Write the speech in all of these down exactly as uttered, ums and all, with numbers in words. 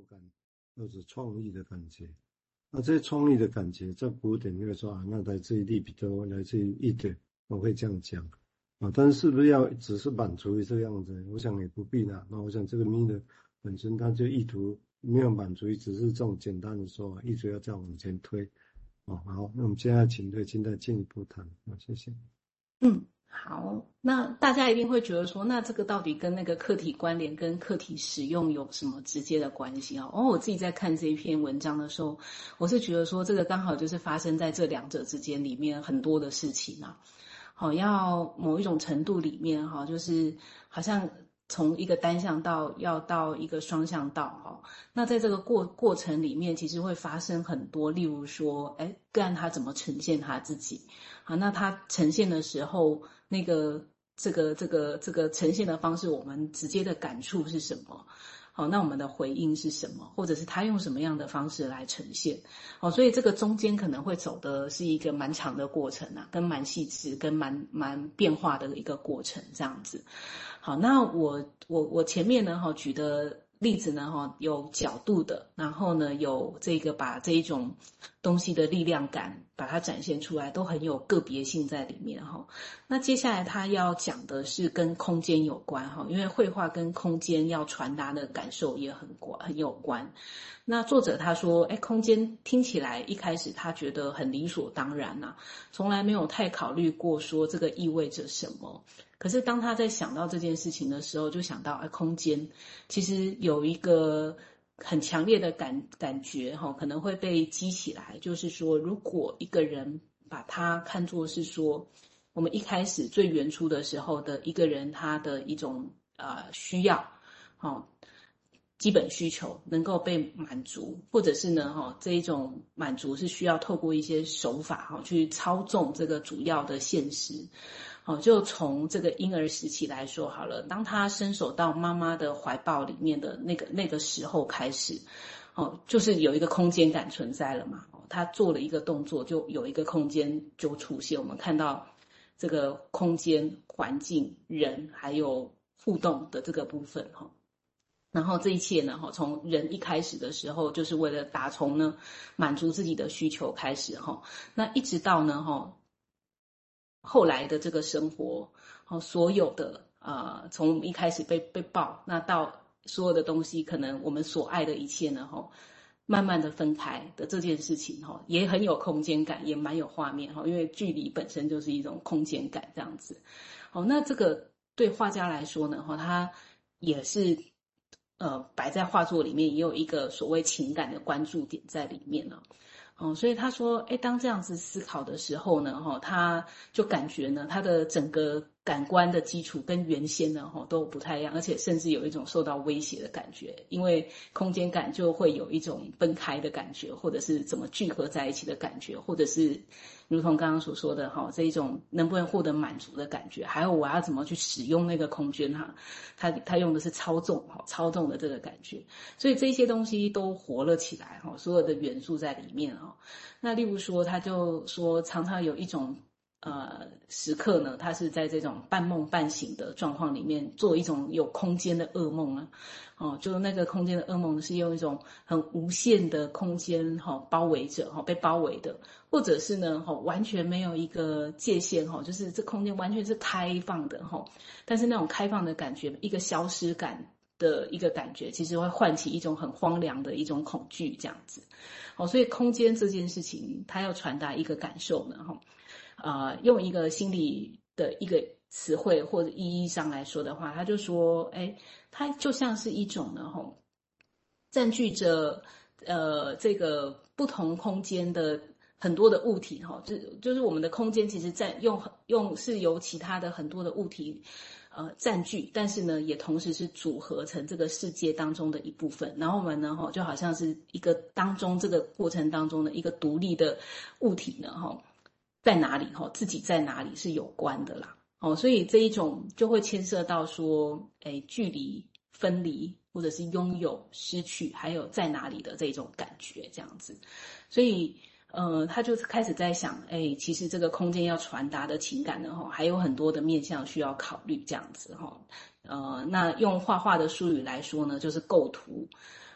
感或者创意的感觉。那这些创意的感觉在古典就会说啊，那来自于利比多，来自于意德，我会这样讲啊。但是是不是要只是满足于这个样子？我想也不必啦。那我想这个密的本身它就意图没有满足于只是这种简单的说法，一直要再往前推。哦，好，那我们现在请对清再进一步谈啊，谢谢。 嗯，好，那大家一定会觉得说，那这个到底跟那个课题关联、跟课题使用有什么直接的关系啊？哦，我自己在看这一篇文章的时候，我是觉得说，这个刚好就是发生在这两者之间里面很多的事情啊。好，要某一种程度里面哈，就是好像从一个单向道要到一个双向道哈。那在这个过过程里面，其实会发生很多，例如说，哎，个案他怎么呈现他自己？好，那他呈现的时候，那个这个这个这个呈现的方式，我们直接的感触是什么？好，那我们的回应是什么？或者是他用什么样的方式来呈现？哦，所以这个中间可能会走的是一个蛮长的过程啊，跟蛮细致、跟蛮蛮变化的一个过程，这样子。好，那我我我前面呢哈举的例子呢哈有角度的，然后呢有这个把这一种东西的力量感把它展现出来，都很有个别性在里面哈。那接下来他要讲的是跟空间有关哈，因为绘画跟空间要传达的感受也很关很有关。那作者他说，哎，空间听起来一开始他觉得很理所当然呐、啊，从来没有太考虑过说这个意味着什么。可是当他在想到这件事情的时候，就想到，哎，空间其实有一个很强烈的感感觉哈，可能会被激起来，就是说，如果一个人把它看作是说，我们一开始最原初的时候的一个人他的一种呃需要，哦。基本需求能够被满足，或者是呢，哈，这一种满足是需要透过一些手法哈去操纵这个主要的现实。好，就从这个婴儿时期来说好了，当他伸手到妈妈的怀抱里面的那个那个时候开始，哦，就是有一个空间感存在了嘛。他做了一个动作，就有一个空间就出现。我们看到这个空间、环境、人还有互动的这个部分哈。然后这一切呢，从人一开始的时候，就是为了打从呢满足自己的需求开始哈，那一直到呢哈后来的这个生活，所有的呃从一开始被被抱，那到所有的东西，可能我们所爱的一切呢哈，慢慢的分开的这件事情哈，也很有空间感，也蛮有画面哈，因为距离本身就是一种空间感这样子。好，那这个对画家来说呢哈，他也是。呃，摆在画作里面也有一个所谓情感的关注点在里面呢、哦，哦，所以他说，哎，当这样子思考的时候呢，哈、哦，他就感觉呢，他的整个感官的基础跟原先呢，哈、哦，都不太一样，而且甚至有一种受到威胁的感觉，因为空间感就会有一种分开的感觉，或者是怎么聚合在一起的感觉，或者是如同刚刚所说的，哈、哦，这一种能不能获得满足的感觉，还有我要怎么去使用那个空间哈。他他用的是操纵哈，操纵的这个感觉，所以这些东西都活了起来哈，所有的元素在里面哈。那例如说，他就说常常有一种呃时刻呢，他是在这种半梦半醒的状况里面做一种有空间的噩梦啊，哦，就那个空间的噩梦是用一种很无限的空间哈包围着哈，被包围的。或者是呢，哈，完全没有一个界限哈，就是这空间完全是开放的哈，但是那种开放的感觉，一个消失感的一个感觉，其实会唤起一种很荒凉的一种恐惧，这样子。好，所以空间这件事情，它要传达一个感受呢，哈，呃，用一个心理的一个词汇或者意义上来说的话，他就说，哎，它就像是一种呢，哈，占据着呃这个不同空间的。很多的物体哈，就就是我们的空间其实占用用是由其他的很多的物体呃占据，但是呢也同时是组合成这个世界当中的一部分。然后我们呢哈就好像是一个当中这个过程当中的一个独立的物体呢哈，在哪里哈自己在哪里是有关的啦。哦，所以这一种就会牵涉到说，哎，距离、分离，或者是拥有、失去，还有在哪里的这种感觉，这样子。所以。呃，他就开始在想，哎，其实这个空间要传达的情感呢，哈，还有很多的面向需要考虑，这样子哈。呃，那用画画的术语来说呢，就是构图。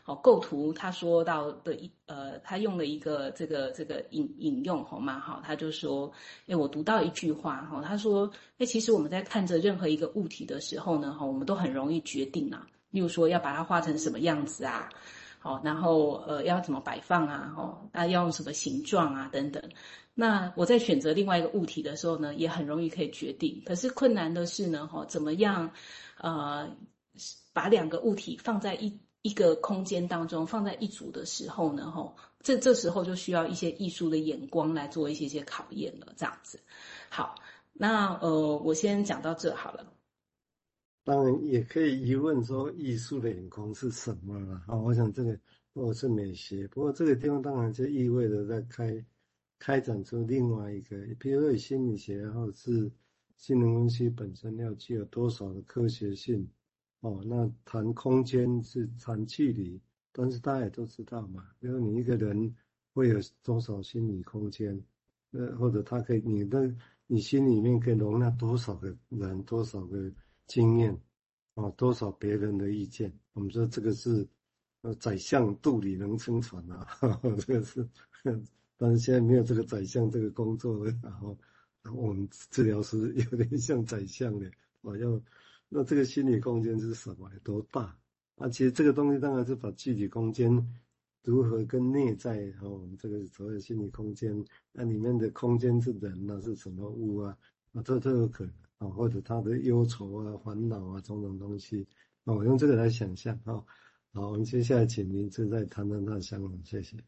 哦，构图他说到的一呃，他用了一个这个这个引引用好蛮好，他就说，哎，我读到一句话哈，他说，哎，其实我们在看着任何一个物体的时候呢，哈，我们都很容易决定啊，例如说要把它画成什么样子啊，好，然后呃要怎么摆放啊，哈，那要用什么形状啊等等。那我在选择另外一个物体的时候呢，也很容易可以决定。可是困难的是呢，哈，怎么样呃把两个物体放在一一个空间当中，放在一组的时候呢，哈，这这时候就需要一些艺术的眼光来做一些些考验了，这样子。好，那呃我先讲到这好了。 当然也可以疑问说艺术的眼光是什么了啊？我想这个或是美学，不过这个地方当然就意味着在开开展出另外一个，比如说以心理学或者是心灵分析本身要具有多少的科学性哦。那谈空间是谈距离，但是大家也都知道嘛，比如你一个人会有多少心理空间，呃，或者他可以你的你心里面可以容纳多少个人，多少个经验，啊，多少别人的意见？我们说这个是，呃，宰相肚里能撑船啊，呵呵这个是，但是现在没有这个宰相这个工作了，然后，然后我们治疗师有点像宰相的，我要，那这个心理空间是什么？有多大？啊，其实这个东西当然是把具体空间如何跟内在，哈、哦，我们这个所谓的心理空间，那里面的空间是人啊，是什么物啊？啊，这都有可能。啊，或者他的忧愁啊、烦恼啊种种东西，啊，我用这个来想象啊。好，我们接下来请明志再谈谈他的想法，谢谢。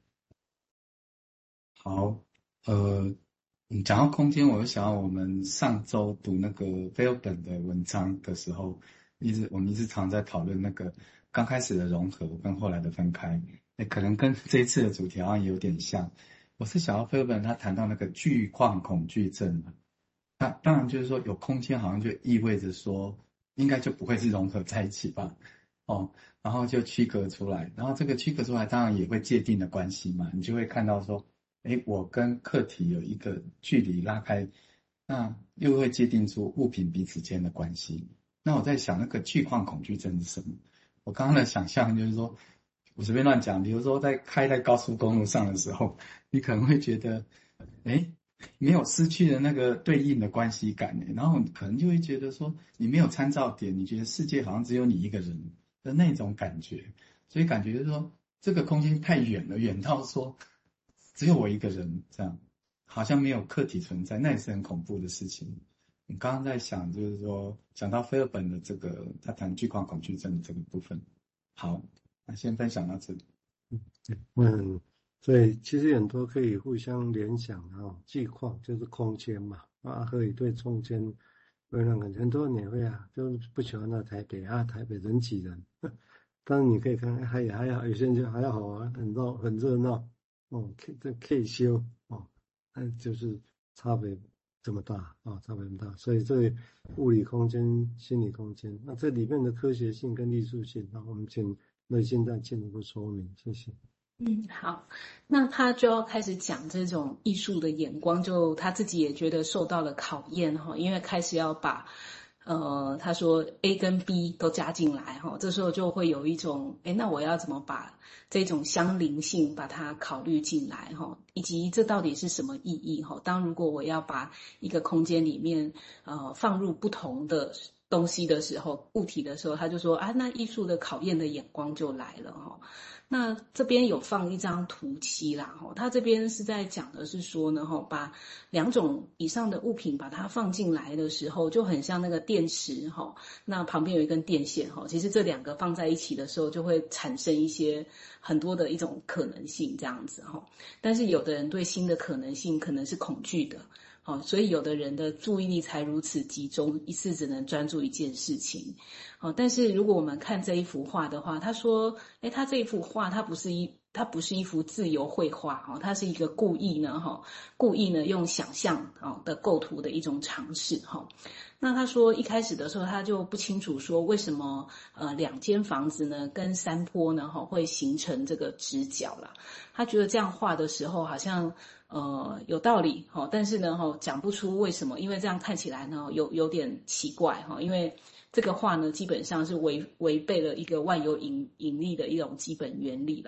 好，呃，你讲到空间，我就想到我们上周读那个菲尔本的文章的时候，一直我们一直常在讨论那个刚开始的融合跟后来的分开，那可能跟这一次的主题好像有点像。我是想到菲尔本他谈到那个巨矿恐惧症。那当然就是说有空间好像就意味着说应该就不会是融合在一起吧，哦，然后就区隔出来，然后这个区隔出来当然也会界定的关系嘛，你就会看到说，诶，我跟客体有一个距离拉开，那又会界定出物品彼此间的关系。那我在想那个巨矿恐惧症是什么？我刚刚的想象就是说，我随便乱讲，比如说在开在高速公路上的时候，你可能会觉得，诶，没有失去了那个对应的关系感，然后你可能就会觉得说你没有参照点，你觉得世界好像只有你一个人的那种感觉，所以感觉就是说这个空间太远了，远到说只有我一个人这样，好像没有客体存在，那也是很恐怖的事情。你刚刚在想就是说讲到菲尔本的这个他谈巨矿恐惧症的这个部分，好，那先分享到这里。 嗯，所以其实很多可以互相联想啊，巨矿就是空间嘛，啊，可以对空间会让很很多人也会啊，就是不喜欢到台北啊，台北人挤人，但是你可以看，还也还好，有些人就还好玩，很闹很热闹，哦，可这可以修哦，那就是差别这么大啊，差别很大，所以这里物理空间、心理空间，那这里面的科学性跟艺术性，那我们请那现在进一步说明，谢谢。 嗯，好，那他就要开始讲这种艺术的眼光，就他自己也觉得受到了考验哈，因为开始要把，呃，他说 A 跟 B 都加进来哈，这时候就会有一种，诶，那我要怎么把这种相邻性把它考虑进来哈，以及这到底是什么意义哈？当如果我要把一个空间里面呃放入不同的东西的时候，物体的时候，他就说啊，那艺术的考验的眼光就来了哈。那这边有放一张图七啦，哈，他这边是在讲的是说呢，哈，把两种以上的物品把它放进来的时候，就很像那个电池，哈，那旁边有一根电线，哈，其实这两个放在一起的时候，就会产生一些很多的一种可能性，这样子，哈。但是有的人对新的可能性可能是恐惧的。哦，所以有的人的注意力才如此集中，一次只能专注一件事情。哦，但是如果我们看这一幅画的话，他说，诶，他这一幅画，它不是一，它不是一幅自由绘画，哦，它是一个故意呢，哈，故意呢用想象哦的构图的一种尝试，哈。那他说一开始的时候，他就不清楚说为什么呃两间房子呢跟山坡呢哈会形成这个直角啦。他觉得这样画的时候好像呃有道理哈，但是呢哈讲不出为什么，因为这样看起来呢有有点奇怪哈，因为这个话呢，基本上是违违背了一个万有引引力的一种基本原理啦。